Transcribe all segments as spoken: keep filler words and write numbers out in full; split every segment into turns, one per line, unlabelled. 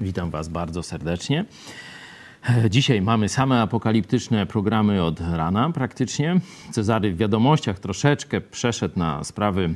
Witam Was bardzo serdecznie. Dzisiaj mamy same apokaliptyczne programy od rana praktycznie. Cezary w wiadomościach troszeczkę przeszedł na sprawy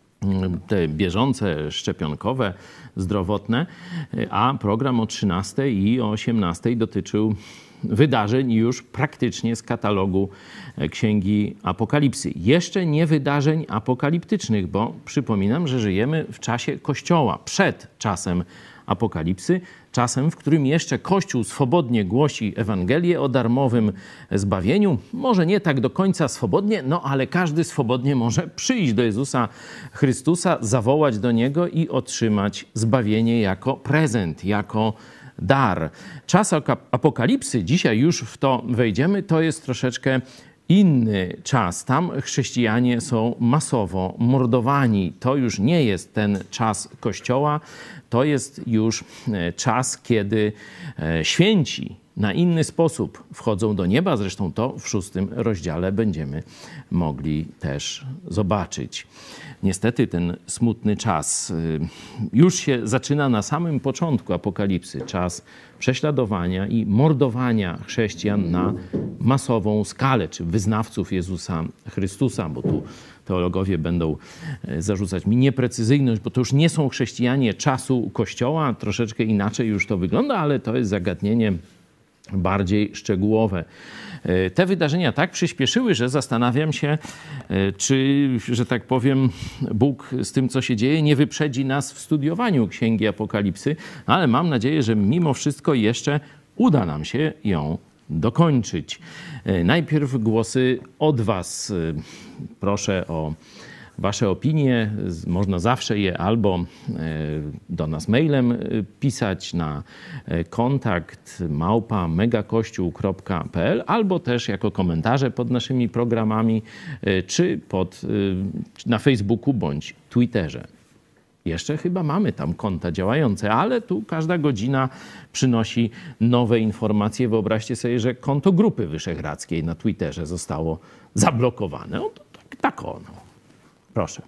te bieżące, szczepionkowe, zdrowotne, a program o trzynastej i o osiemnastej dotyczył wydarzeń już praktycznie z katalogu Księgi Apokalipsy. Jeszcze nie wydarzeń apokaliptycznych, bo przypominam, że żyjemy w czasie Kościoła, przed czasem Apokalipsy, czasem, w którym jeszcze Kościół swobodnie głosi Ewangelię o darmowym zbawieniu. Może nie tak do końca swobodnie, no ale każdy swobodnie może przyjść do Jezusa Chrystusa, zawołać do Niego i otrzymać zbawienie jako prezent, jako dar. Czas Apokalipsy, dzisiaj już w to wejdziemy, to jest troszeczkę inny czas. Tam chrześcijanie są masowo mordowani. To już nie jest ten czas Kościoła, to jest już czas, kiedy święci na inny sposób wchodzą do nieba. Zresztą to w szóstym rozdziale będziemy mogli też zobaczyć. Niestety ten smutny czas już się zaczyna na samym początku Apokalipsy. Czas prześladowania i mordowania chrześcijan na masową skalę, czy wyznawców Jezusa Chrystusa, bo tu teologowie będą zarzucać mi nieprecyzyjność, bo to już nie są chrześcijanie czasu Kościoła, troszeczkę inaczej już to wygląda, ale to jest zagadnienie bardziej szczegółowe. Te wydarzenia tak przyspieszyły, że zastanawiam się, czy, że tak powiem, Bóg z tym, co się dzieje, nie wyprzedzi nas w studiowaniu Księgi Apokalipsy, ale mam nadzieję, że mimo wszystko jeszcze uda nam się ją dokończyć. Najpierw głosy od Was. Proszę o Wasze opinie. Można zawsze je albo do nas mailem pisać na kontakt małpa megakościół kropka p l, albo też jako komentarze pod naszymi programami, czy pod, na Facebooku bądź Twitterze. Jeszcze chyba mamy tam konta działające, ale tu każda godzina przynosi nowe informacje. Wyobraźcie sobie, że konto Grupy Wyszehradzkiej na Twitterze zostało zablokowane. No to tak, tak ono. Proszę.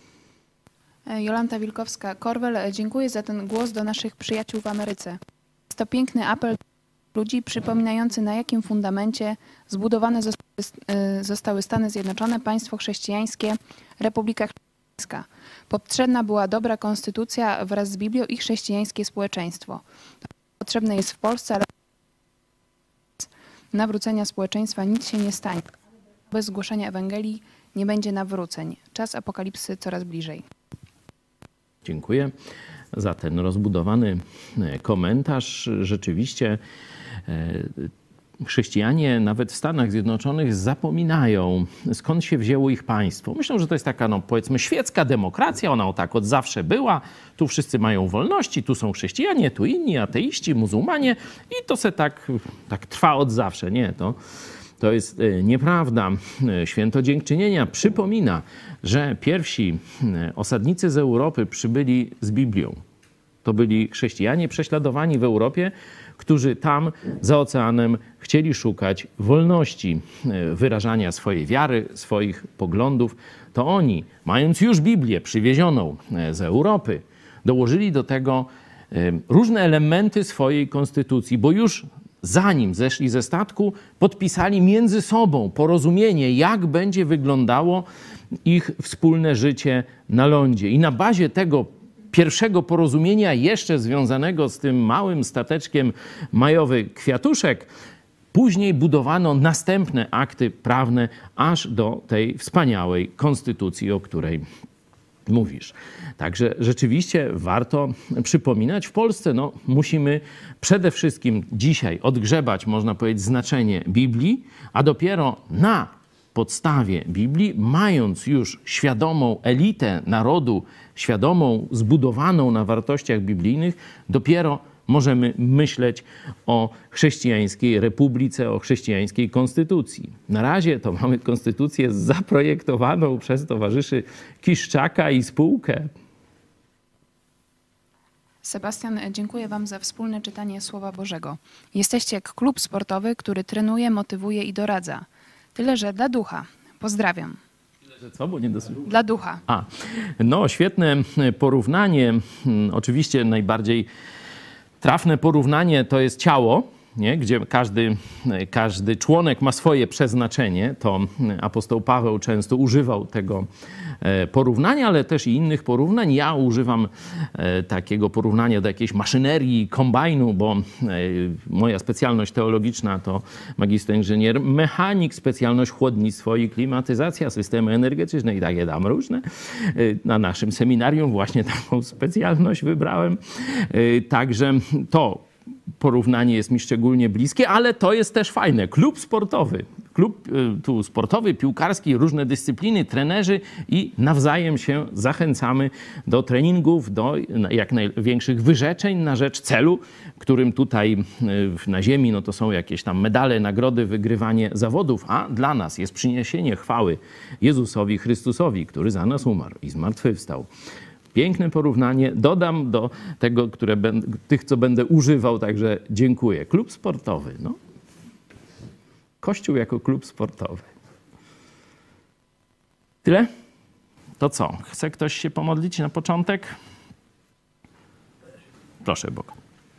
Jolanta Wilkowska-Korwel, dziękuję za ten głos do naszych przyjaciół w Ameryce. Jest to piękny apel ludzi przypominający, na jakim fundamencie zbudowane zostały Stany Zjednoczone, państwo chrześcijańskie, Republika Chrześcijańska. Potrzebna była dobra konstytucja wraz z Biblią i chrześcijańskie społeczeństwo. Potrzebne jest w Polsce, ale bez nawrócenia społeczeństwa nic się nie stanie. Bez zgłoszenia Ewangelii nie będzie nawróceń. Czas apokalipsy coraz bliżej.
Dziękuję za ten rozbudowany komentarz. Rzeczywiście chrześcijanie nawet w Stanach Zjednoczonych zapominają, skąd się wzięło ich państwo. Myślą, że to jest taka, no powiedzmy, świecka demokracja. Ona tak od zawsze była. Tu wszyscy mają wolności, tu są chrześcijanie, tu inni, ateiści, muzułmanie i to se tak, tak trwa od zawsze. Nie, to... To jest nieprawda. Święto Dziękczynienia przypomina, że pierwsi osadnicy z Europy przybyli z Biblią. To byli chrześcijanie prześladowani w Europie, którzy tam za oceanem chcieli szukać wolności wyrażania swojej wiary, swoich poglądów. To oni, mając już Biblię przywiezioną z Europy, dołożyli do tego różne elementy swojej konstytucji, bo już zanim zeszli ze statku, podpisali między sobą porozumienie, jak będzie wyglądało ich wspólne życie na lądzie. I na bazie tego pierwszego porozumienia, jeszcze związanego z tym małym stateczkiem Majowy Kwiatuszek, później budowano następne akty prawne, aż do tej wspaniałej konstytucji, o której mówisz. Także rzeczywiście warto przypominać. W Polsce no, musimy przede wszystkim dzisiaj odgrzebać, można powiedzieć, znaczenie Biblii, a dopiero na podstawie Biblii, mając już świadomą elitę narodu, świadomą, zbudowaną na wartościach biblijnych, dopiero możemy myśleć o chrześcijańskiej republice, o chrześcijańskiej konstytucji. Na razie to mamy konstytucję zaprojektowaną przez towarzyszy Kiszczaka i spółkę.
Sebastian, dziękuję Wam za wspólne czytanie Słowa Bożego. Jesteście jak klub sportowy, który trenuje, motywuje i doradza. Tyle, że dla ducha. Pozdrawiam.
Że co? Bo nie dosłyszałem.
Dla ducha.
A, no świetne porównanie. Oczywiście najbardziej Trafne porównanie to jest ciało, nie? Gdzie każdy, każdy członek ma swoje przeznaczenie. To apostoł Paweł często używał tego porównania, ale też i innych porównań. Ja używam takiego porównania do jakiejś maszynerii, kombajnu, bo moja specjalność teologiczna to magister inżynier mechanik, specjalność chłodnictwo i klimatyzacja, systemy energetyczne i takie tam różne. Na naszym seminarium właśnie taką specjalność wybrałem. Także to porównanie jest mi szczególnie bliskie, ale to jest też fajne. Klub sportowy, klub tu sportowy, piłkarski, różne dyscypliny, trenerzy i nawzajem się zachęcamy do treningów, do jak największych wyrzeczeń na rzecz celu, którym tutaj na ziemi no to są jakieś tam medale, nagrody, wygrywanie zawodów, a dla nas jest przyniesienie chwały Jezusowi Chrystusowi, który za nas umarł i zmartwychwstał. Piękne porównanie. Dodam do tego, które będę, tych, co będę używał, także dziękuję. Klub sportowy. No. Kościół jako klub sportowy. Tyle? To co? Chce ktoś się pomodlić na początek? Proszę Boga.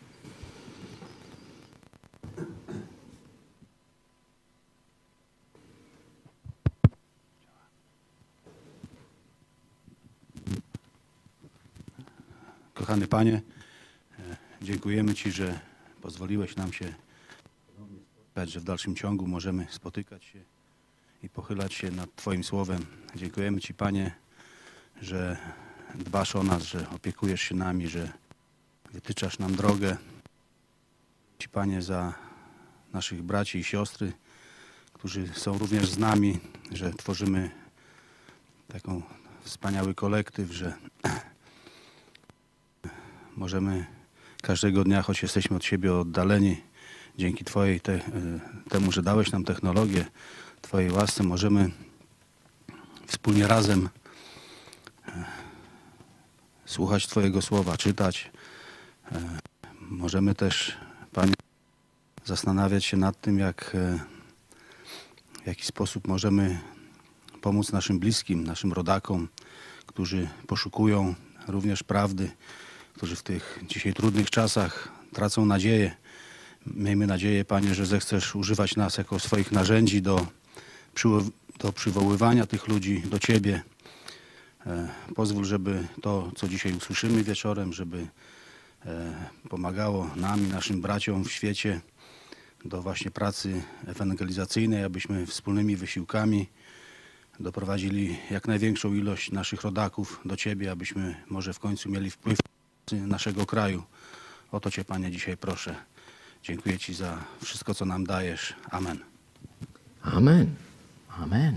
Kochany Panie, dziękujemy Ci, że pozwoliłeś nam się spotkać, że w dalszym ciągu możemy spotykać się i pochylać się nad Twoim Słowem. Dziękujemy Ci, Panie, że dbasz o nas, że opiekujesz się nami, że wytyczasz nam drogę. Ci, Panie, za naszych braci i siostry, którzy są również z nami, że tworzymy taką wspaniały kolektyw, że możemy każdego dnia, choć jesteśmy od siebie oddaleni, dzięki Twojej te, temu, że dałeś nam technologię, Twojej łasce, możemy wspólnie razem słuchać Twojego słowa, czytać. Możemy też, Panie, zastanawiać się nad tym, jak, w jaki sposób możemy pomóc naszym bliskim, naszym rodakom, którzy poszukują również prawdy, którzy w tych dzisiaj trudnych czasach tracą nadzieję. Miejmy nadzieję, Panie, że zechcesz używać nas jako swoich narzędzi do, do przywoływania tych ludzi do Ciebie. Pozwól, żeby to, co dzisiaj usłyszymy wieczorem, żeby pomagało nam i naszym braciom w świecie do właśnie pracy ewangelizacyjnej, abyśmy wspólnymi wysiłkami doprowadzili jak największą ilość naszych rodaków do Ciebie, abyśmy może w końcu mieli wpływ naszego kraju. O to Cię, Panie, dzisiaj proszę. Dziękuję Ci za wszystko, co nam dajesz. Amen.
Amen. Amen.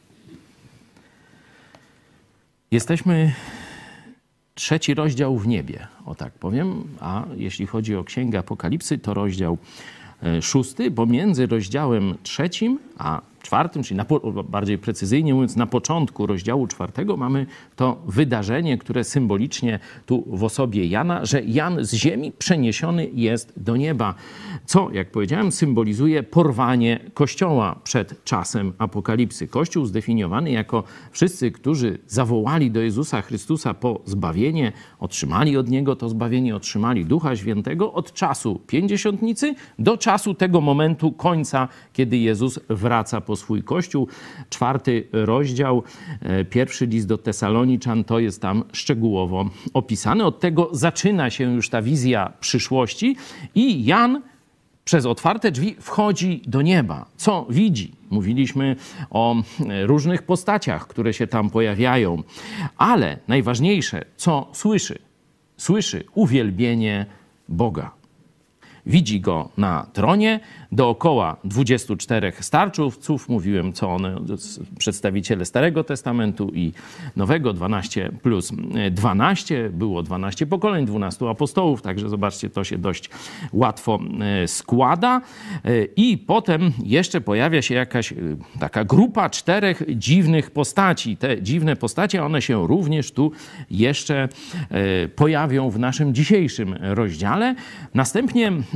Jesteśmy trzeci rozdział w niebie, o tak powiem, a jeśli chodzi o Księgę Apokalipsy, to rozdział szósty, bo między rozdziałem trzecim a czwartym, czyli na, bardziej precyzyjnie mówiąc, na początku rozdziału czwartego mamy to wydarzenie, które symbolicznie tu w osobie Jana, że Jan z ziemi przeniesiony jest do nieba, co, jak powiedziałem, symbolizuje porwanie Kościoła przed czasem apokalipsy. Kościół zdefiniowany jako wszyscy, którzy zawołali do Jezusa Chrystusa po zbawienie, otrzymali od Niego to zbawienie, otrzymali Ducha Świętego od czasu pięćdziesiątnicy do czasu tego momentu końca, kiedy Jezus wraca po swój Kościół. Czwarty rozdział, pierwszy list do Tesaloniczan, to jest tam szczegółowo opisane. Od tego zaczyna się już ta wizja przyszłości i Jan przez otwarte drzwi wchodzi do nieba. Co widzi? Mówiliśmy o różnych postaciach, które się tam pojawiają, ale najważniejsze, co słyszy? Słyszy uwielbienie Boga. Widzi go na tronie, dookoła dwudziestu czterech starców, mówiłem, co one, przedstawiciele Starego Testamentu i Nowego, dwanaście plus dwanaście, było dwanaście pokoleń, dwunastu apostołów, także zobaczcie, to się dość łatwo składa. I potem jeszcze pojawia się jakaś taka grupa czterech dziwnych postaci. Te dziwne postacie, one się również tu jeszcze pojawią w naszym dzisiejszym rozdziale. Następnie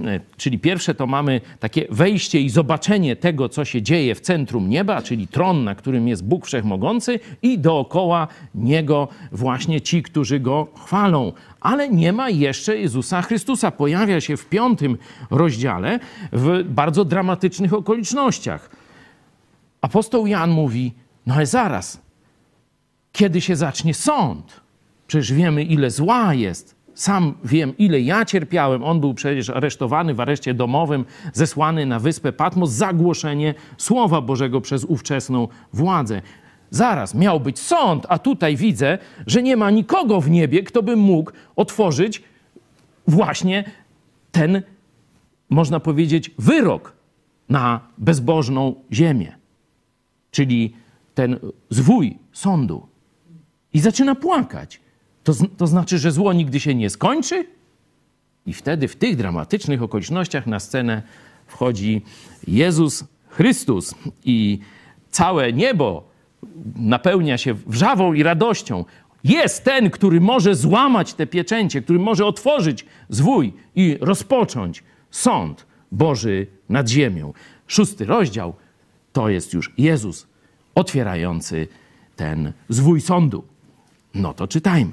czyli pierwsze to mamy takie wejście i zobaczenie tego, co się dzieje w centrum nieba, czyli tron, na którym jest Bóg Wszechmogący i dookoła Niego właśnie ci, którzy Go chwalą. Ale nie ma jeszcze Jezusa Chrystusa. Pojawia się w piątym rozdziale w bardzo dramatycznych okolicznościach. Apostoł Jan mówi, no ale zaraz, kiedy się zacznie sąd? Przecież wiemy, ile zła jest. Sam wiem, ile ja cierpiałem. On był przecież aresztowany w areszcie domowym, zesłany na wyspę Patmos za głoszenie Słowa Bożego przez ówczesną władzę. Zaraz, miał być sąd, a tutaj widzę, że nie ma nikogo w niebie, kto by mógł otworzyć właśnie ten, można powiedzieć, wyrok na bezbożną ziemię. Czyli ten zwój sądu. I zaczyna płakać. To, to znaczy, że zło nigdy się nie skończy? I wtedy w tych dramatycznych okolicznościach na scenę wchodzi Jezus Chrystus i całe niebo napełnia się wrzawą i radością. Jest ten, który może złamać te pieczęcie, który może otworzyć zwój i rozpocząć sąd Boży nad ziemią. Szósty rozdział to jest już Jezus otwierający ten zwój sądu. No to czytajmy.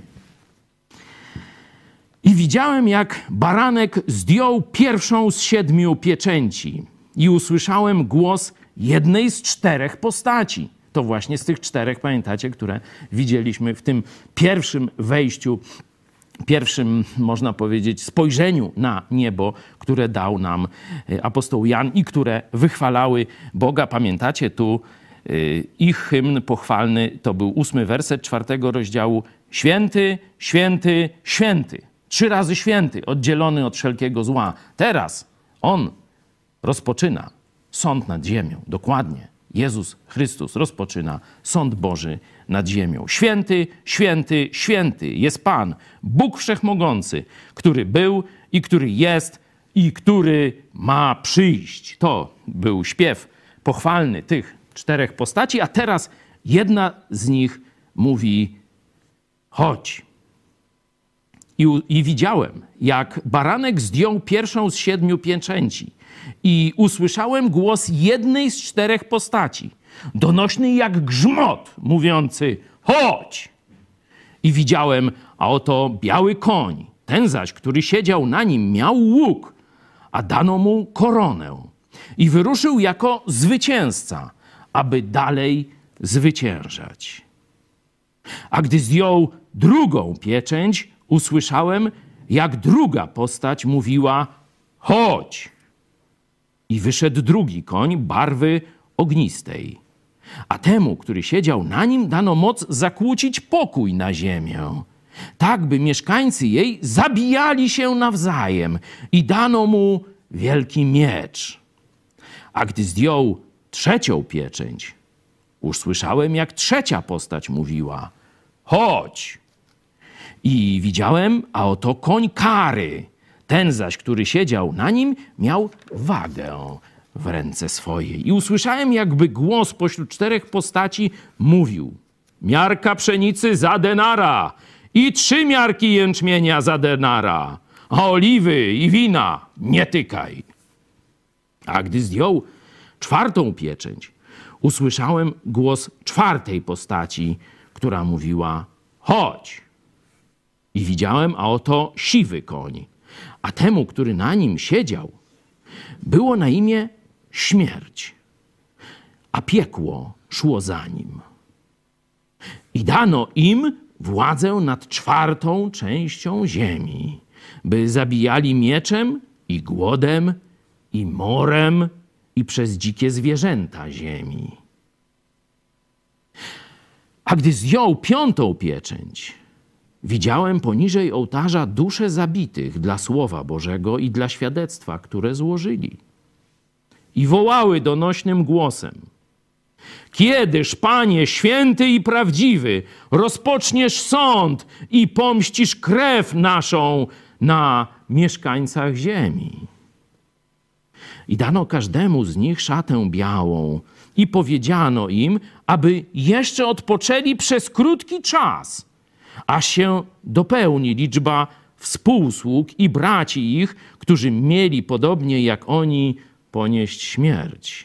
I widziałem, jak baranek zdjął pierwszą z siedmiu pieczęci i usłyszałem głos jednej z czterech postaci. To właśnie z tych czterech, pamiętacie, które widzieliśmy w tym pierwszym wejściu, pierwszym, można powiedzieć, spojrzeniu na niebo, które dał nam apostoł Jan i które wychwalały Boga. Pamiętacie, tu ich hymn pochwalny to był ósmy werset czwartego rozdziału. Święty, święty, święty. Trzy razy święty, oddzielony od wszelkiego zła. Teraz On rozpoczyna sąd nad ziemią. Dokładnie. Jezus Chrystus rozpoczyna sąd Boży nad ziemią. Święty, święty, święty jest Pan, Bóg Wszechmogący, który był i który jest i który ma przyjść. To był śpiew pochwalny tych czterech postaci, a teraz jedna z nich mówi: chodź. I, I widziałem, jak baranek zdjął pierwszą z siedmiu pieczęci i usłyszałem głos jednej z czterech postaci, donośny jak grzmot, mówiący: chodź! I widziałem, a oto biały koń, ten zaś, który siedział na nim, miał łuk, a dano mu koronę. I wyruszył jako zwycięzca, aby dalej zwyciężać. A gdy zdjął drugą pieczęć, usłyszałem, jak druga postać mówiła: chodź! I wyszedł drugi koń barwy ognistej. A temu, który siedział na nim, dano moc zakłócić pokój na ziemię, tak by mieszkańcy jej zabijali się nawzajem, i dano mu wielki miecz. A gdy zdjął trzecią pieczęć, usłyszałem, jak trzecia postać mówiła: chodź! I widziałem, a oto koń kary. Ten zaś, który siedział na nim, miał wagę w ręce swojej. I usłyszałem, jakby głos pośród czterech postaci mówił: miarka pszenicy za denara i trzy miarki jęczmienia za denara, a oliwy i wina nie tykaj. A gdy zdjął czwartą pieczęć, usłyszałem głos czwartej postaci, która mówiła: chodź! I widziałem, a oto siwy koń, a temu, który na nim siedział, było na imię Śmierć, a piekło szło za nim. I dano im władzę nad czwartą częścią ziemi, by zabijali mieczem i głodem i morem i przez dzikie zwierzęta ziemi. A gdy zdjął piątą pieczęć, widziałem poniżej ołtarza dusze zabitych dla Słowa Bożego i dla świadectwa, które złożyli. I wołały donośnym głosem: kiedyż, Panie, święty i prawdziwy, rozpoczniesz sąd i pomścisz krew naszą na mieszkańcach ziemi? I dano każdemu z nich szatę białą i powiedziano im, aby jeszcze odpoczęli przez krótki czas, aż się dopełni liczba współsług i braci ich, którzy mieli podobnie jak oni ponieść śmierć.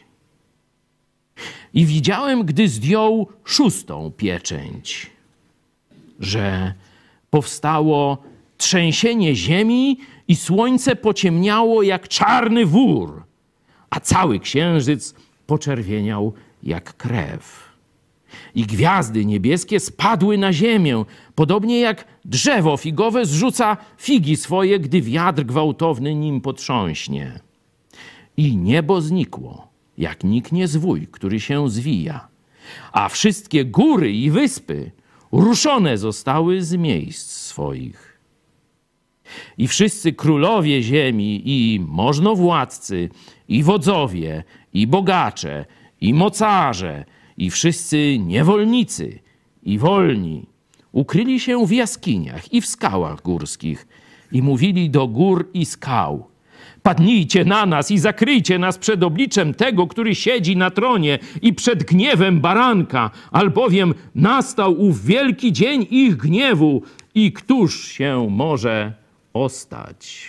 I widziałem, gdy zdjął szóstą pieczęć, że powstało trzęsienie ziemi i słońce pociemniało jak czarny wór, a cały księżyc poczerwieniał jak krew. I gwiazdy niebieskie spadły na ziemię, podobnie jak drzewo figowe zrzuca figi swoje, gdy wiatr gwałtowny nim potrząśnie. I niebo znikło, jak niknie zwój, który się zwija, a wszystkie góry i wyspy ruszone zostały z miejsc swoich. I wszyscy królowie ziemi, i możnowładcy, i wodzowie, i bogacze, i mocarze, i wszyscy niewolnicy, i wolni ukryli się w jaskiniach i w skałach górskich i mówili do gór i skał: padnijcie na nas i zakryjcie nas przed obliczem tego, który siedzi na tronie i przed gniewem baranka, albowiem nastał ów wielki dzień ich gniewu i któż się może ostać?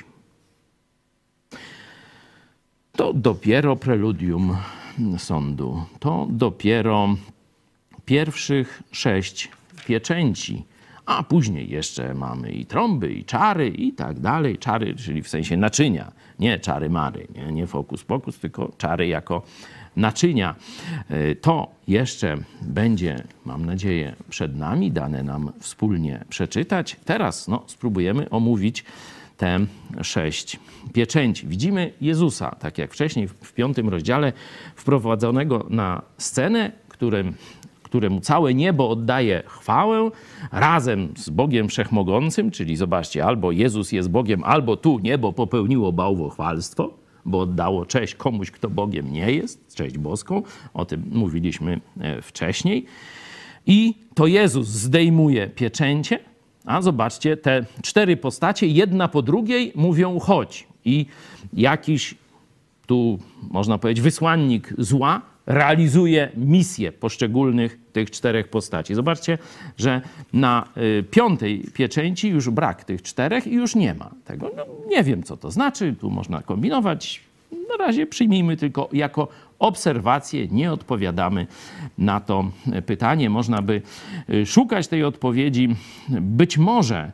To dopiero preludium sądu. To dopiero pierwszych sześć pieczęci. A później jeszcze mamy i trąby, i czary, i tak dalej. Czary, czyli w sensie naczynia. Nie czary mary, nie, nie fokus pokus, tylko czary jako naczynia. To jeszcze będzie, mam nadzieję, przed nami, dane nam wspólnie przeczytać. Teraz no, spróbujemy omówić te sześć pieczęci. Widzimy Jezusa, tak jak wcześniej w piątym rozdziale, wprowadzonego na scenę, którym, któremu całe niebo oddaje chwałę razem z Bogiem Wszechmogącym, czyli zobaczcie, albo Jezus jest Bogiem, albo tu niebo popełniło bałwochwalstwo, bo oddało cześć komuś, kto Bogiem nie jest, cześć boską. O tym mówiliśmy wcześniej. I to Jezus zdejmuje pieczęcie, a zobaczcie, te cztery postacie, jedna po drugiej, mówią chodź. I jakiś, tu można powiedzieć, wysłannik zła realizuje misję poszczególnych tych czterech postaci. Zobaczcie, że na y, piątej pieczęci już brak tych czterech i już nie ma tego. No, nie wiem, co to znaczy, tu można kombinować. Na razie przyjmijmy tylko jako obserwację, nie odpowiadamy na to pytanie. Można by szukać tej odpowiedzi. Być może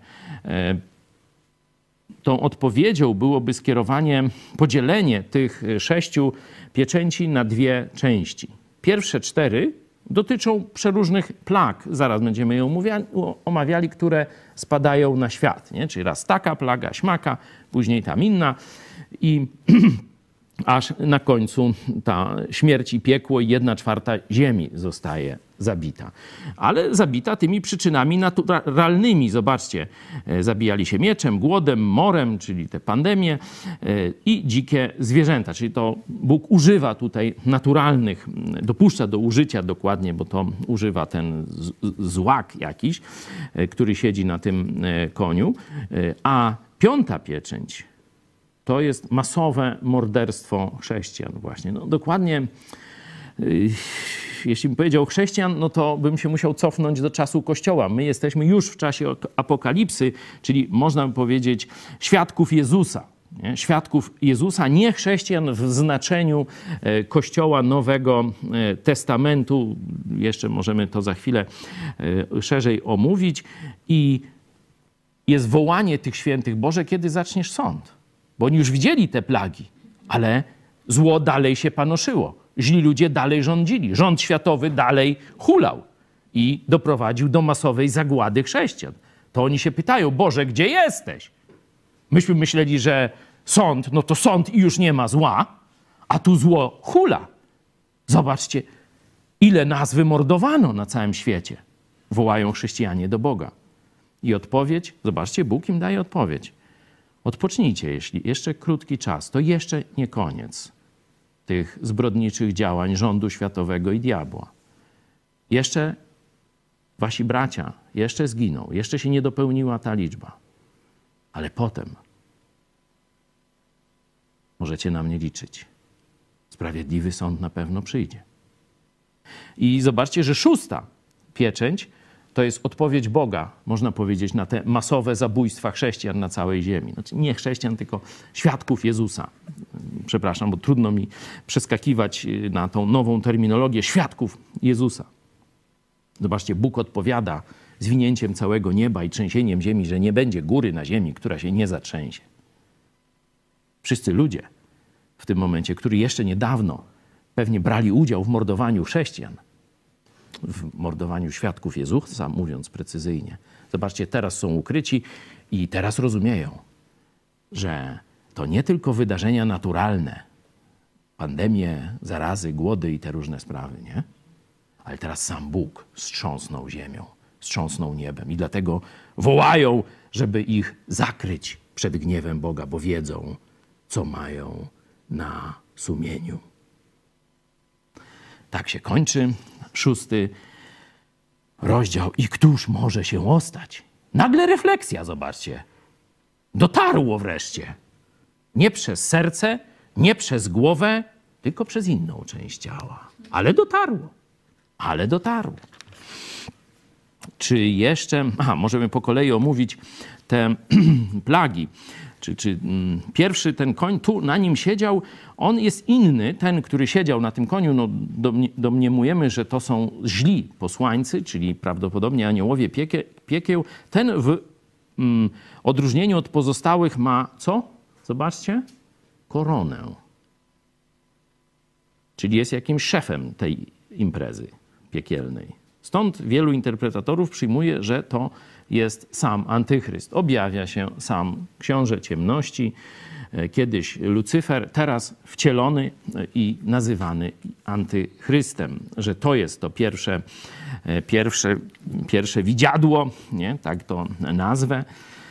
tą odpowiedzią byłoby skierowanie, podzielenie tych sześciu pieczęci na dwie części. Pierwsze cztery dotyczą przeróżnych plag, zaraz będziemy je omawiali, które spadają na świat. Nie? Czyli raz taka plaga, śmaka, później tam inna i aż na końcu ta śmierć i piekło i jedna czwarta ziemi zostaje zabita. Ale zabita tymi przyczynami naturalnymi. Zobaczcie, zabijali się mieczem, głodem, morem, czyli te pandemie i dzikie zwierzęta. Czyli to Bóg używa tutaj naturalnych, dopuszcza do użycia dokładnie, bo to używa ten złak jakiś, który siedzi na tym koniu. A piąta pieczęć to jest masowe morderstwo chrześcijan właśnie. No dokładnie, yy, jeśli bym powiedział chrześcijan, no to bym się musiał cofnąć do czasu Kościoła. My jesteśmy już w czasie apokalipsy, czyli można by powiedzieć świadków Jezusa. Nie? Świadków Jezusa, nie chrześcijan w znaczeniu e, Kościoła Nowego e, Testamentu. Jeszcze możemy to za chwilę e, szerzej omówić. I jest wołanie tych świętych: Boże, kiedy zaczniesz sąd? Bo oni już widzieli te plagi, ale zło dalej się panoszyło. Źli ludzie dalej rządzili. Rząd światowy dalej hulał i doprowadził do masowej zagłady chrześcijan. To oni się pytają: Boże, gdzie jesteś? Myśmy myśleli, że sąd, no to sąd i już nie ma zła, a tu zło hula. Zobaczcie, ile nas wymordowano na całym świecie. Wołają chrześcijanie do Boga. I odpowiedź, zobaczcie, Bóg im daje odpowiedź. Odpocznijcie, jeśli jeszcze krótki czas, to jeszcze nie koniec tych zbrodniczych działań rządu światowego i diabła. Jeszcze wasi bracia, jeszcze zginą, jeszcze się nie dopełniła ta liczba. Ale potem możecie na mnie liczyć. Sprawiedliwy sąd na pewno przyjdzie. I zobaczcie, że szósta pieczęć to jest odpowiedź Boga, można powiedzieć, na te masowe zabójstwa chrześcijan na całej ziemi. Znaczy nie chrześcijan, tylko świadków Jezusa. Przepraszam, bo trudno mi przeskakiwać na tą nową terminologię świadków Jezusa. Zobaczcie, Bóg odpowiada zwinięciem całego nieba i trzęsieniem ziemi, że nie będzie góry na ziemi, która się nie zatrzęsie. Wszyscy ludzie w tym momencie, którzy jeszcze niedawno pewnie brali udział w mordowaniu chrześcijan, w mordowaniu świadków Jezusa, mówiąc precyzyjnie. Zobaczcie, teraz są ukryci i teraz rozumieją, że to nie tylko wydarzenia naturalne, pandemie, zarazy, głody i te różne sprawy, nie? Ale teraz sam Bóg wstrząsnął ziemią, wstrząsnął niebem i dlatego wołają, żeby ich zakryć przed gniewem Boga, bo wiedzą, co mają na sumieniu. Tak się kończy szósty rozdział. I któż może się ostać? Nagle refleksja, zobaczcie. Dotarło wreszcie. Nie przez serce, nie przez głowę, tylko przez inną część ciała. Ale dotarło. Ale dotarło. Czy jeszcze... Aha, możemy po kolei omówić te plagi. Czy, czy mm, pierwszy ten koń, tu na nim siedział, on jest inny, ten, który siedział na tym koniu, no domniemujemy, że to są źli posłańcy, czyli prawdopodobnie aniołowie piekie, piekieł. Ten w mm, odróżnieniu od pozostałych ma co? Zobaczcie, koronę. Czyli jest jakimś szefem tej imprezy piekielnej. Stąd wielu interpretatorów przyjmuje, że to jest sam Antychryst. Objawia się sam książę ciemności, kiedyś Lucyfer, teraz wcielony i nazywany Antychrystem. Że to jest to pierwsze, pierwsze, pierwsze widziadło, nie? Tak to nazwę.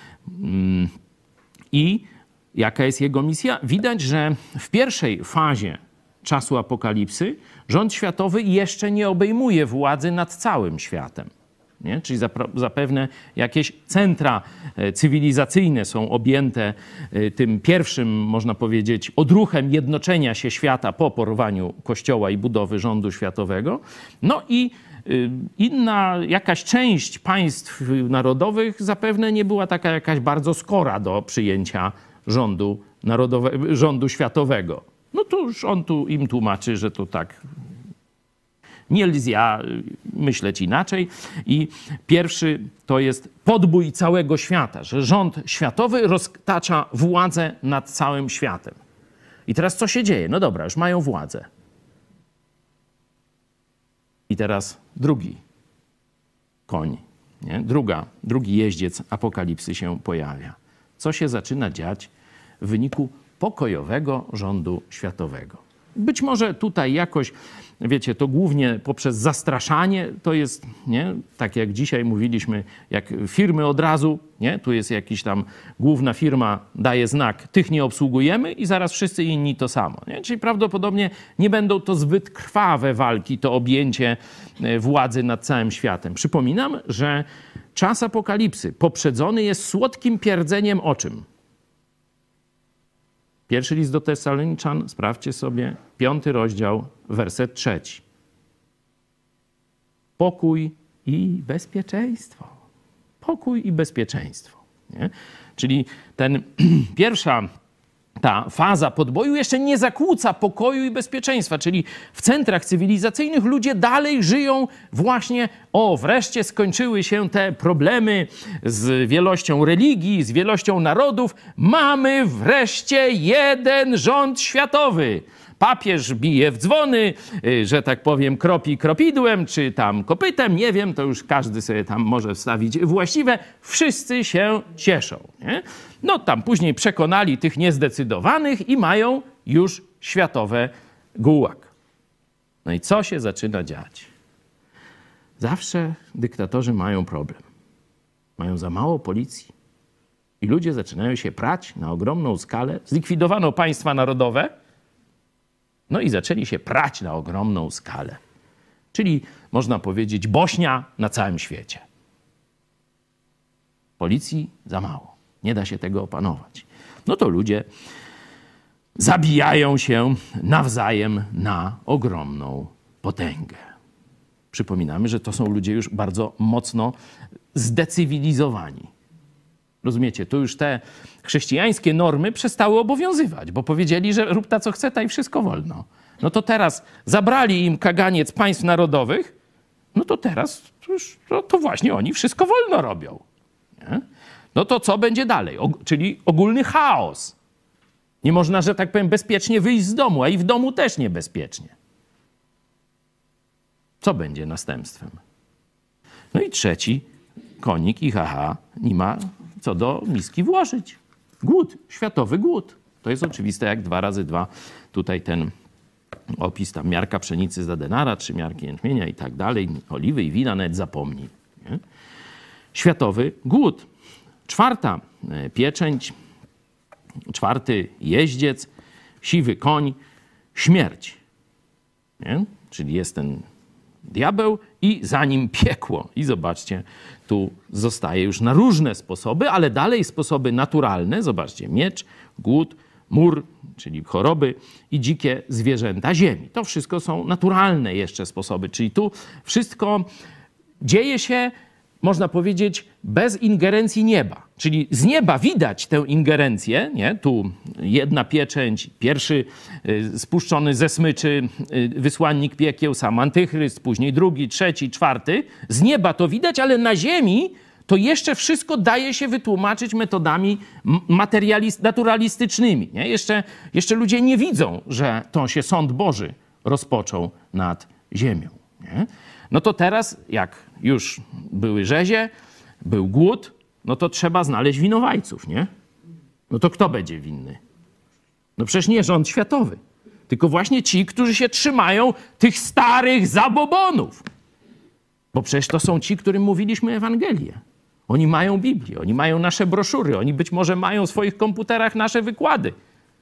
I jaka jest jego misja? Widać, że w pierwszej fazie czasu apokalipsy rząd światowy jeszcze nie obejmuje władzy nad całym światem. Nie? Czyli zapewne jakieś centra cywilizacyjne są objęte tym pierwszym, można powiedzieć, odruchem jednoczenia się świata po porwaniu Kościoła i budowy rządu światowego. No i inna jakaś część państw narodowych zapewne nie była taka jakaś bardzo skora do przyjęcia rządu, narodowe, rządu światowego. No to już on tu im tłumaczy, że to tak nie lzia myśleć inaczej. I pierwszy to jest podbój całego świata, że rząd światowy roztacza władzę nad całym światem. I teraz co się dzieje? No dobra, już mają władzę. I teraz drugi koń, nie? Druga, drugi jeździec apokalipsy się pojawia. Co się zaczyna dziać w wyniku pokojowego rządu światowego? Być może tutaj jakoś, wiecie, to głównie poprzez zastraszanie, to jest, nie, tak jak dzisiaj mówiliśmy, jak firmy od razu, nie, tu jest jakiś tam, główna firma daje znak, tych nie obsługujemy i zaraz wszyscy inni to samo. Nie? Czyli prawdopodobnie nie będą to zbyt krwawe walki, to objęcie władzy nad całym światem. Przypominam, że czas apokalipsy poprzedzony jest słodkim pierdzeniem o czym? Pierwszy list do Tesaloniczan, sprawdźcie sobie, piąty rozdział, werset trzeci. Pokój i bezpieczeństwo. Pokój i bezpieczeństwo. Nie? Czyli ten pierwsza ta faza podboju jeszcze nie zakłóca pokoju i bezpieczeństwa, czyli w centrach cywilizacyjnych ludzie dalej żyją właśnie, o, wreszcie skończyły się te problemy z wielością religii, z wielością narodów. Mamy wreszcie jeden rząd światowy. Papież bije w dzwony, że tak powiem, kropi kropidłem, czy tam kopytem, nie wiem, to już każdy sobie tam może wstawić właściwe. Wszyscy się cieszą, nie? No tam później przekonali tych niezdecydowanych i mają już światowe gułak. No i co się zaczyna dziać? Zawsze dyktatorzy mają problem. Mają za mało policji. I ludzie zaczynają się prać na ogromną skalę. Zlikwidowano państwa narodowe, no i zaczęli się prać na ogromną skalę. Czyli można powiedzieć Bośnia na całym świecie. Policji za mało. Nie da się tego opanować. No to ludzie zabijają się nawzajem na ogromną potęgę. Przypominamy, że to są ludzie już bardzo mocno zdecywilizowani. Rozumiecie? Tu już te chrześcijańskie normy przestały obowiązywać, bo powiedzieli, że rób ta co chce, ta i wszystko wolno. No to teraz zabrali im kaganiec państw narodowych, no to teraz to, już, no to właśnie oni wszystko wolno robią. Nie? No to co będzie dalej? O, czyli ogólny chaos. Nie można, że tak powiem, bezpiecznie wyjść z domu, a i w domu też niebezpiecznie. Co będzie następstwem? No i trzeci konik i haha nie ma co do miski włożyć. Głód, światowy głód. To jest oczywiste jak dwa razy dwa. Tutaj ten opis, tam miarka pszenicy za denara, trzy miarki jęczmienia i tak dalej, oliwy i wina, nawet zapomnij. Nie? Światowy głód. Czwarta pieczęć, czwarty jeździec, siwy koń, śmierć. Nie? Czyli jest ten diabeł i za nim piekło. I zobaczcie, tu zostaje już na różne sposoby, ale dalej sposoby naturalne. Zobaczcie, miecz, głód, mur, czyli choroby i dzikie zwierzęta ziemi. To wszystko są naturalne jeszcze sposoby. Czyli tu wszystko dzieje się, można powiedzieć, bez ingerencji nieba. Czyli z nieba widać tę ingerencję, nie? Tu jedna pieczęć, pierwszy y, spuszczony ze smyczy y, wysłannik piekieł, sam antychryst, później drugi, trzeci, czwarty. Z nieba to widać, ale na ziemi to jeszcze wszystko daje się wytłumaczyć metodami materialist- naturalistycznymi. Nie? Jeszcze, jeszcze ludzie nie widzą, że to się sąd Boży rozpoczął nad ziemią. Nie? No to teraz, jak już były rzezie, był głód, no to trzeba znaleźć winowajców, nie? No to kto będzie winny? No przecież nie rząd światowy, tylko właśnie ci, którzy się trzymają tych starych zabobonów. Bo przecież to są ci, którym mówiliśmy Ewangelię. Oni mają Biblię, oni mają nasze broszury, oni być może mają w swoich komputerach nasze wykłady.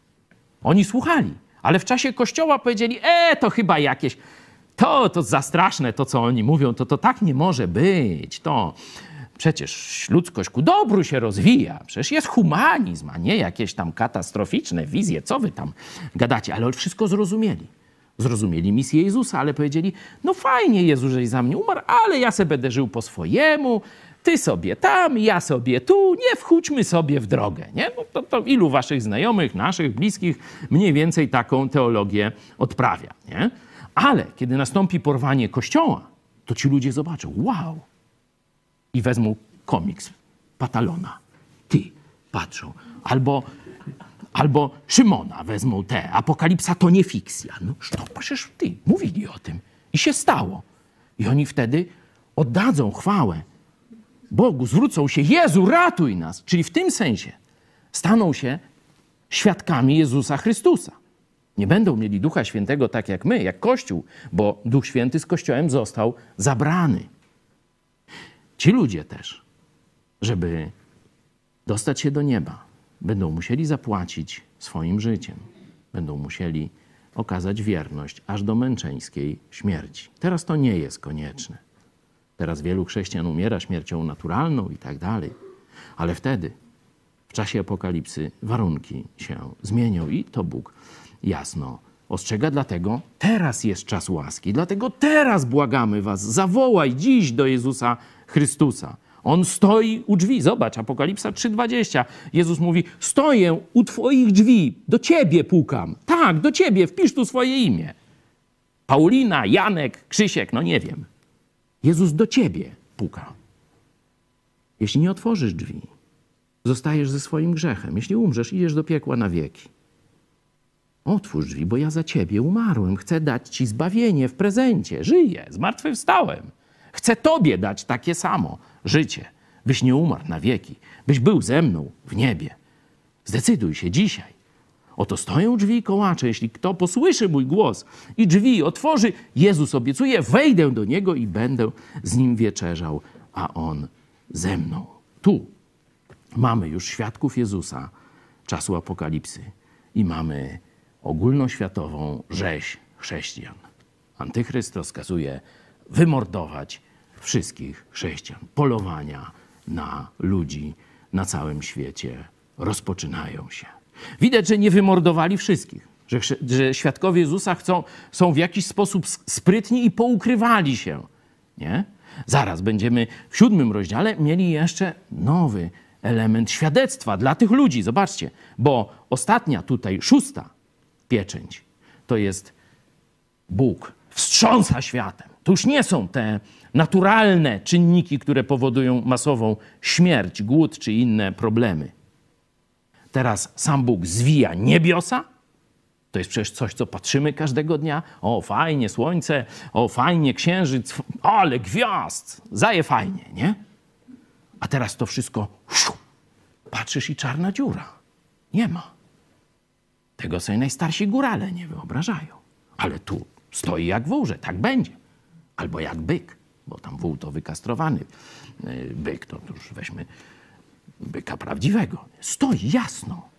Oni słuchali, ale w czasie Kościoła powiedzieli, e, to chyba jakieś... To, to za straszne, to co oni mówią, to to tak nie może być. To przecież ludzkość ku dobru się rozwija. Przecież jest humanizm, a nie jakieś tam katastroficzne wizje. Co wy tam gadacie? Ale wszystko zrozumieli. Zrozumieli misję Jezusa, ale powiedzieli, no fajnie Jezus, żeś za mnie umarł, ale ja sobie będę żył po swojemu. Ty sobie tam, ja sobie tu, nie wchódźmy sobie w drogę. Nie? No to, to ilu waszych znajomych, naszych, bliskich mniej więcej taką teologię odprawia. Nie? Ale kiedy nastąpi porwanie Kościoła, to ci ludzie zobaczą, wow, i wezmą komiks Patalona. Ty, patrzą. Albo, albo Szymona wezmą te. Apokalipsa to nie fikcja. No to przecież ty, mówili o tym. I się stało. I oni wtedy oddadzą chwałę Bogu, zwrócą się, Jezu, ratuj nas. Czyli w tym sensie staną się świadkami Jezusa Chrystusa. Nie będą mieli Ducha Świętego tak jak my, jak Kościół, bo Duch Święty z Kościołem został zabrany. Ci ludzie też, żeby dostać się do nieba, będą musieli zapłacić swoim życiem. Będą musieli okazać wierność aż do męczeńskiej śmierci. Teraz to nie jest konieczne. Teraz wielu chrześcijan umiera śmiercią naturalną i tak dalej. Ale wtedy, w czasie apokalipsy, warunki się zmienią i to Bóg jasno ostrzega. Dlatego teraz jest czas łaski. Dlatego teraz błagamy was, zawołaj dziś do Jezusa Chrystusa. On stoi u drzwi. Zobacz, Apokalipsa trzy dwadzieścia. Jezus mówi, stoję u twoich drzwi, do ciebie pukam. Tak, do ciebie, wpisz tu swoje imię. Paulina, Janek, Krzysiek, no nie wiem. Jezus do ciebie puka. Jeśli nie otworzysz drzwi, zostajesz ze swoim grzechem. Jeśli umrzesz, idziesz do piekła na wieki. Otwórz drzwi, bo ja za ciebie umarłem. Chcę dać ci zbawienie w prezencie. Żyję, zmartwychwstałem. Chcę tobie dać takie samo życie, byś nie umarł na wieki, byś był ze mną w niebie. Zdecyduj się dzisiaj. Oto stoją drzwi i kołacze. Jeśli kto posłyszy mój głos i drzwi otworzy, Jezus obiecuje, wejdę do niego i będę z nim wieczerzał, a on ze mną. Tu mamy już świadków Jezusa czasu apokalipsy i mamy ogólnoświatową rzeź chrześcijan. Antychryst rozkazuje wymordować wszystkich chrześcijan. Polowania na ludzi na całym świecie rozpoczynają się. Widać, że nie wymordowali wszystkich, że, że świadkowie Jezusa chcą, są w jakiś sposób sprytni i poukrywali się nie? Zaraz będziemy w siódmym rozdziale mieli jeszcze nowy element świadectwa dla tych ludzi. Zobaczcie, bo ostatnia tutaj, szósta pieczęć, to jest Bóg wstrząsa światem. To już nie są te naturalne czynniki, które powodują masową śmierć, głód czy inne problemy. Teraz sam Bóg zwija niebiosa. To jest przecież coś, co patrzymy każdego dnia. O, fajnie słońce, o, fajnie księżyc, ale gwiazd, zaje fajnie, nie? A teraz to wszystko, szu, patrzysz i czarna dziura. Nie ma. Tego sobie najstarsi górale nie wyobrażają. Ale tu stoi jak wół, że tak będzie. Albo jak byk, bo tam wół to wykastrowany byk, to już weźmy byka prawdziwego. Stoi jasno.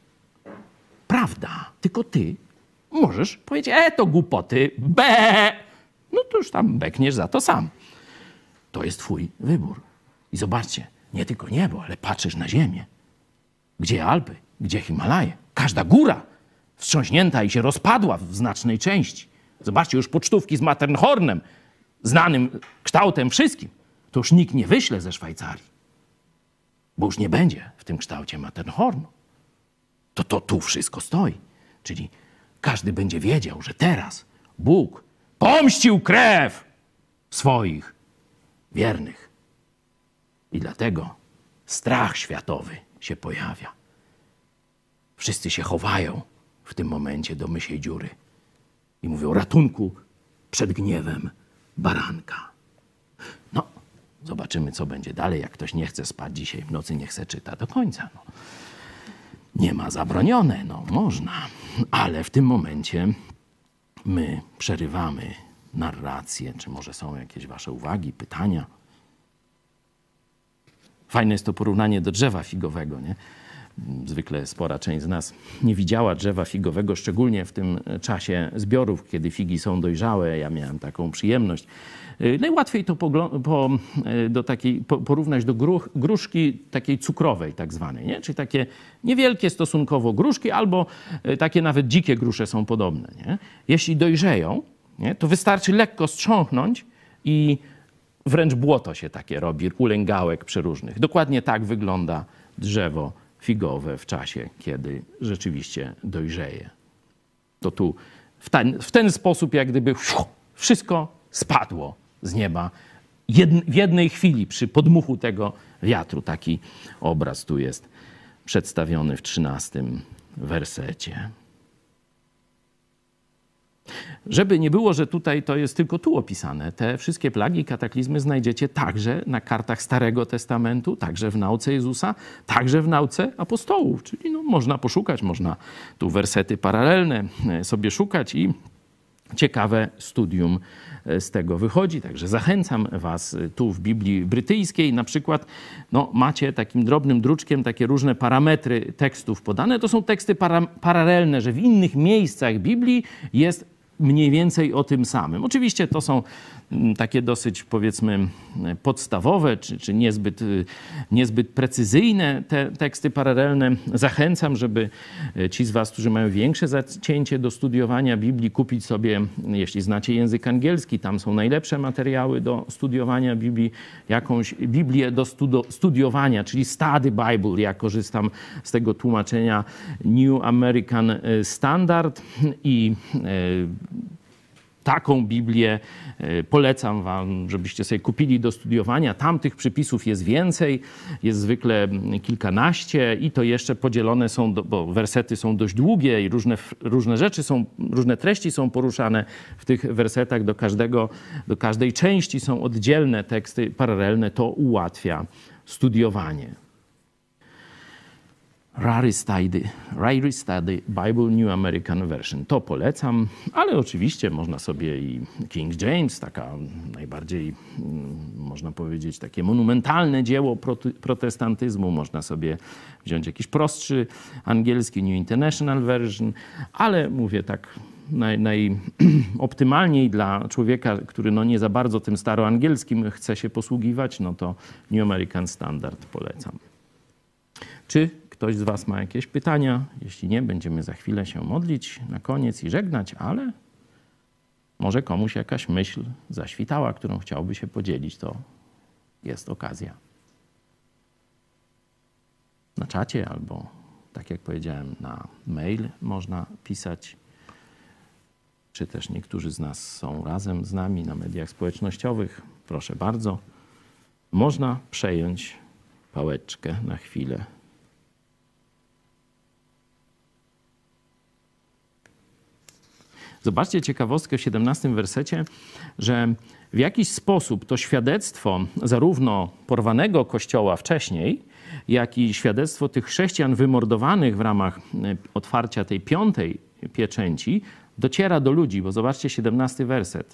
Prawda, tylko ty możesz powiedzieć, e, to głupoty, be. No to już tam bekniesz za to sam. To jest twój wybór. I zobaczcie, nie tylko niebo, ale patrzysz na ziemię. Gdzie Alpy, gdzie Himalaje. Każda góra wstrząśnięta i się rozpadła w znacznej części. Zobaczcie, już pocztówki z Matterhornem, znanym kształtem wszystkim, to już nikt nie wyśle ze Szwajcarii. Bo już nie będzie w tym kształcie Matterhornu. To to tu wszystko stoi. Czyli każdy będzie wiedział, że teraz Bóg pomścił krew swoich wiernych. I dlatego strach światowy się pojawia. Wszyscy się chowają w tym momencie do mysiej dziury i mówią ratunku przed gniewem baranka. No, zobaczymy, co będzie dalej. Jak ktoś nie chce spać dzisiaj w nocy, niech se czyta do końca. No. Nie ma zabronione, no można. Ale w tym momencie my przerywamy narrację. Czy może są jakieś wasze uwagi, pytania? Fajne jest to porównanie do drzewa figowego, nie? Zwykle spora część z nas nie widziała drzewa figowego, szczególnie w tym czasie zbiorów, kiedy figi są dojrzałe. Ja miałem taką przyjemność. Najłatwiej to po, do takiej, po, porównać do gruch, gruszki takiej cukrowej tak zwanej, nie? Czyli takie niewielkie stosunkowo gruszki, albo takie nawet dzikie grusze są podobne. Nie? Jeśli dojrzeją, nie? To wystarczy lekko strząknąć i wręcz błoto się takie robi, ulęgałek przeróżnych. Dokładnie tak wygląda drzewo figowe w czasie, kiedy rzeczywiście dojrzeje. To tu w ten, w ten sposób jak gdyby wszystko spadło z nieba w jednej chwili przy podmuchu tego wiatru. Taki obraz tu jest przedstawiony w trzynastym wersecie. Żeby nie było, że tutaj to jest tylko tu opisane, te wszystkie plagi i kataklizmy znajdziecie także na kartach Starego Testamentu, także w nauce Jezusa, także w nauce apostołów. Czyli no, można poszukać, można tu wersety paralelne sobie szukać i ciekawe studium z tego wychodzi. Także zachęcam was tu w Biblii Brytyjskiej na przykład, no, macie takim drobnym druczkiem takie różne parametry tekstów podane. To są teksty para paralelne, że w innych miejscach Biblii jest mniej więcej o tym samym. Oczywiście to są takie dosyć, powiedzmy, podstawowe, czy, czy niezbyt, niezbyt precyzyjne te teksty paralelne. Zachęcam, żeby ci z was, którzy mają większe zacięcie do studiowania Biblii, kupić sobie, jeśli znacie język angielski, tam są najlepsze materiały do studiowania Biblii, jakąś Biblię do studiowania, czyli Study Bible. Ja korzystam z tego tłumaczenia New American Standard i taką Biblię polecam wam, żebyście sobie kupili do studiowania. Tam tych przypisów jest więcej, jest zwykle kilkanaście i to jeszcze podzielone są, bo wersety są dość długie i różne, różne rzeczy są, różne treści są poruszane w tych wersetach. Do każdego, do każdej części są oddzielne teksty paralelne. To ułatwia studiowanie. Rary Study, Rary Study Bible New American Version. To polecam, ale oczywiście można sobie i King James, taka najbardziej, można powiedzieć, takie monumentalne dzieło protestantyzmu. Można sobie wziąć jakiś prostszy angielski New International Version, ale mówię tak naj, najoptymalniej dla człowieka, który no nie za bardzo tym staroangielskim chce się posługiwać, no to New American Standard polecam. Czy ktoś z was ma jakieś pytania? Jeśli nie, będziemy za chwilę się modlić na koniec i żegnać, ale Może komuś jakaś myśl zaświtała, którą chciałby się podzielić, to jest okazja. Na czacie albo, tak jak powiedziałem, na mail można pisać. Czy też niektórzy z nas są razem z nami na mediach społecznościowych. Proszę bardzo, można przejąć pałeczkę na chwilę. Zobaczcie ciekawostkę w siedemnastym wersecie, że w jakiś sposób to świadectwo zarówno porwanego kościoła wcześniej, jak i świadectwo tych chrześcijan wymordowanych w ramach otwarcia tej piątej pieczęci dociera do ludzi, bo zobaczcie siedemnasty werset.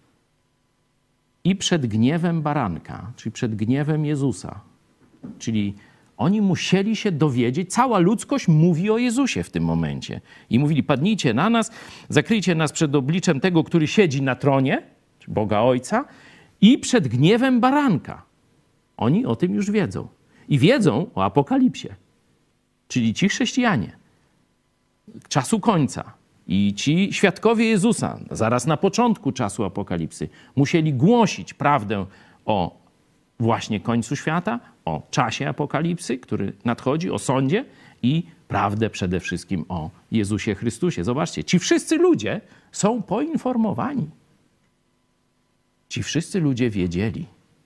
I przed gniewem baranka, czyli przed gniewem Jezusa, czyli oni musieli się dowiedzieć, cała ludzkość mówi o Jezusie w tym momencie. I mówili, padnijcie na nas, zakryjcie nas przed obliczem tego, który siedzi na tronie, Boga Ojca, i przed gniewem baranka. Oni o tym już wiedzą. I wiedzą o Apokalipsie. Czyli ci chrześcijanie czasu końca i ci świadkowie Jezusa, zaraz na początku czasu Apokalipsy, musieli głosić prawdę o właśnie końcu świata, o czasie Apokalipsy, który nadchodzi, o sądzie i prawdę przede wszystkim o Jezusie Chrystusie. Zobaczcie, ci wszyscy ludzie są poinformowani. Ci wszyscy ludzie wiedzieli,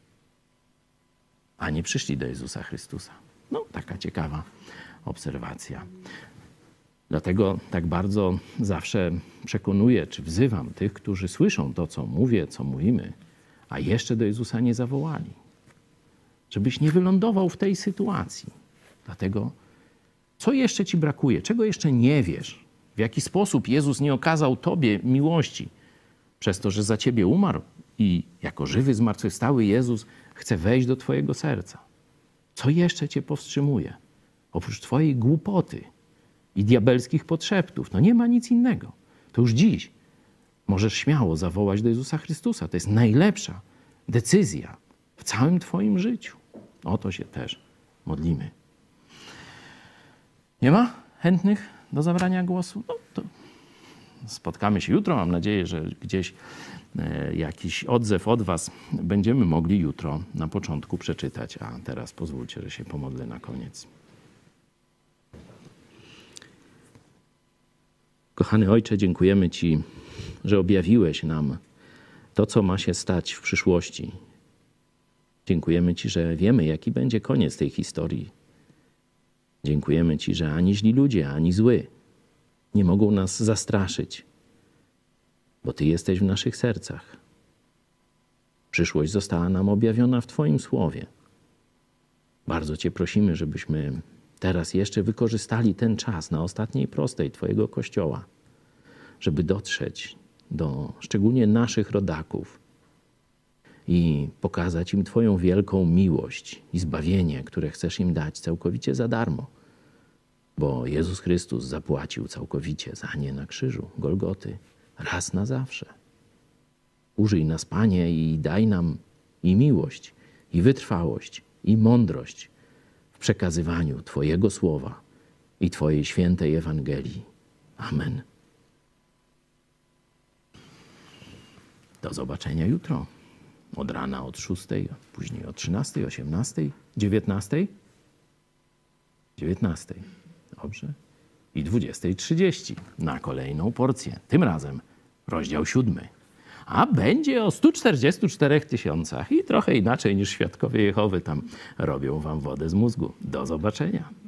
a nie przyszli do Jezusa Chrystusa. No, taka ciekawa obserwacja. Dlatego tak bardzo zawsze przekonuję, czy wzywam tych, którzy słyszą to, co mówię, co mówimy, a jeszcze do Jezusa nie zawołali. Żebyś nie wylądował w tej sytuacji. Dlatego, co jeszcze ci brakuje? Czego jeszcze nie wiesz? W jaki sposób Jezus nie okazał tobie miłości? Przez to, że za ciebie umarł i jako żywy, zmartwychwstały Jezus chce wejść do twojego serca. Co jeszcze cię powstrzymuje? Oprócz twojej głupoty i diabelskich podszeptów. No nie ma nic innego. To już dziś możesz śmiało zawołać do Jezusa Chrystusa. To jest najlepsza decyzja w całym twoim życiu. O to się też modlimy. Nie ma chętnych do zabrania głosu? No to spotkamy się jutro. Mam nadzieję, że gdzieś e, jakiś odzew od was będziemy mogli jutro na początku przeczytać. A teraz pozwólcie, że się pomodlę na koniec. Kochany Ojcze, dziękujemy Ci, że objawiłeś nam to, co ma się stać w przyszłości. Dziękujemy Ci, że wiemy, jaki będzie koniec tej historii. Dziękujemy Ci, że ani źli ludzie, ani zły nie mogą nas zastraszyć, bo Ty jesteś w naszych sercach. Przyszłość została nam objawiona w Twoim Słowie. Bardzo Cię prosimy, żebyśmy teraz jeszcze wykorzystali ten czas na ostatniej prostej Twojego Kościoła, żeby dotrzeć do szczególnie naszych rodaków i pokazać im Twoją wielką miłość i zbawienie, które chcesz im dać całkowicie za darmo. Bo Jezus Chrystus zapłacił całkowicie za nie na krzyżu Golgoty, raz na zawsze. Użyj nas, Panie, i daj nam i miłość, i wytrwałość, i mądrość w przekazywaniu Twojego słowa i Twojej świętej Ewangelii. Amen. Do zobaczenia jutro. Od rana od szóstej, później o trzynastej, osiemnastej, dziewiętnastej. dziewiętnastej. Dobrze. I dwudziestej trzydzieści na kolejną porcję. Tym razem rozdział siódmy. A będzie o stu czterdziestu czterech tysiącach i trochę inaczej niż świadkowie Jehowy tam robią wam wodę z mózgu. Do zobaczenia.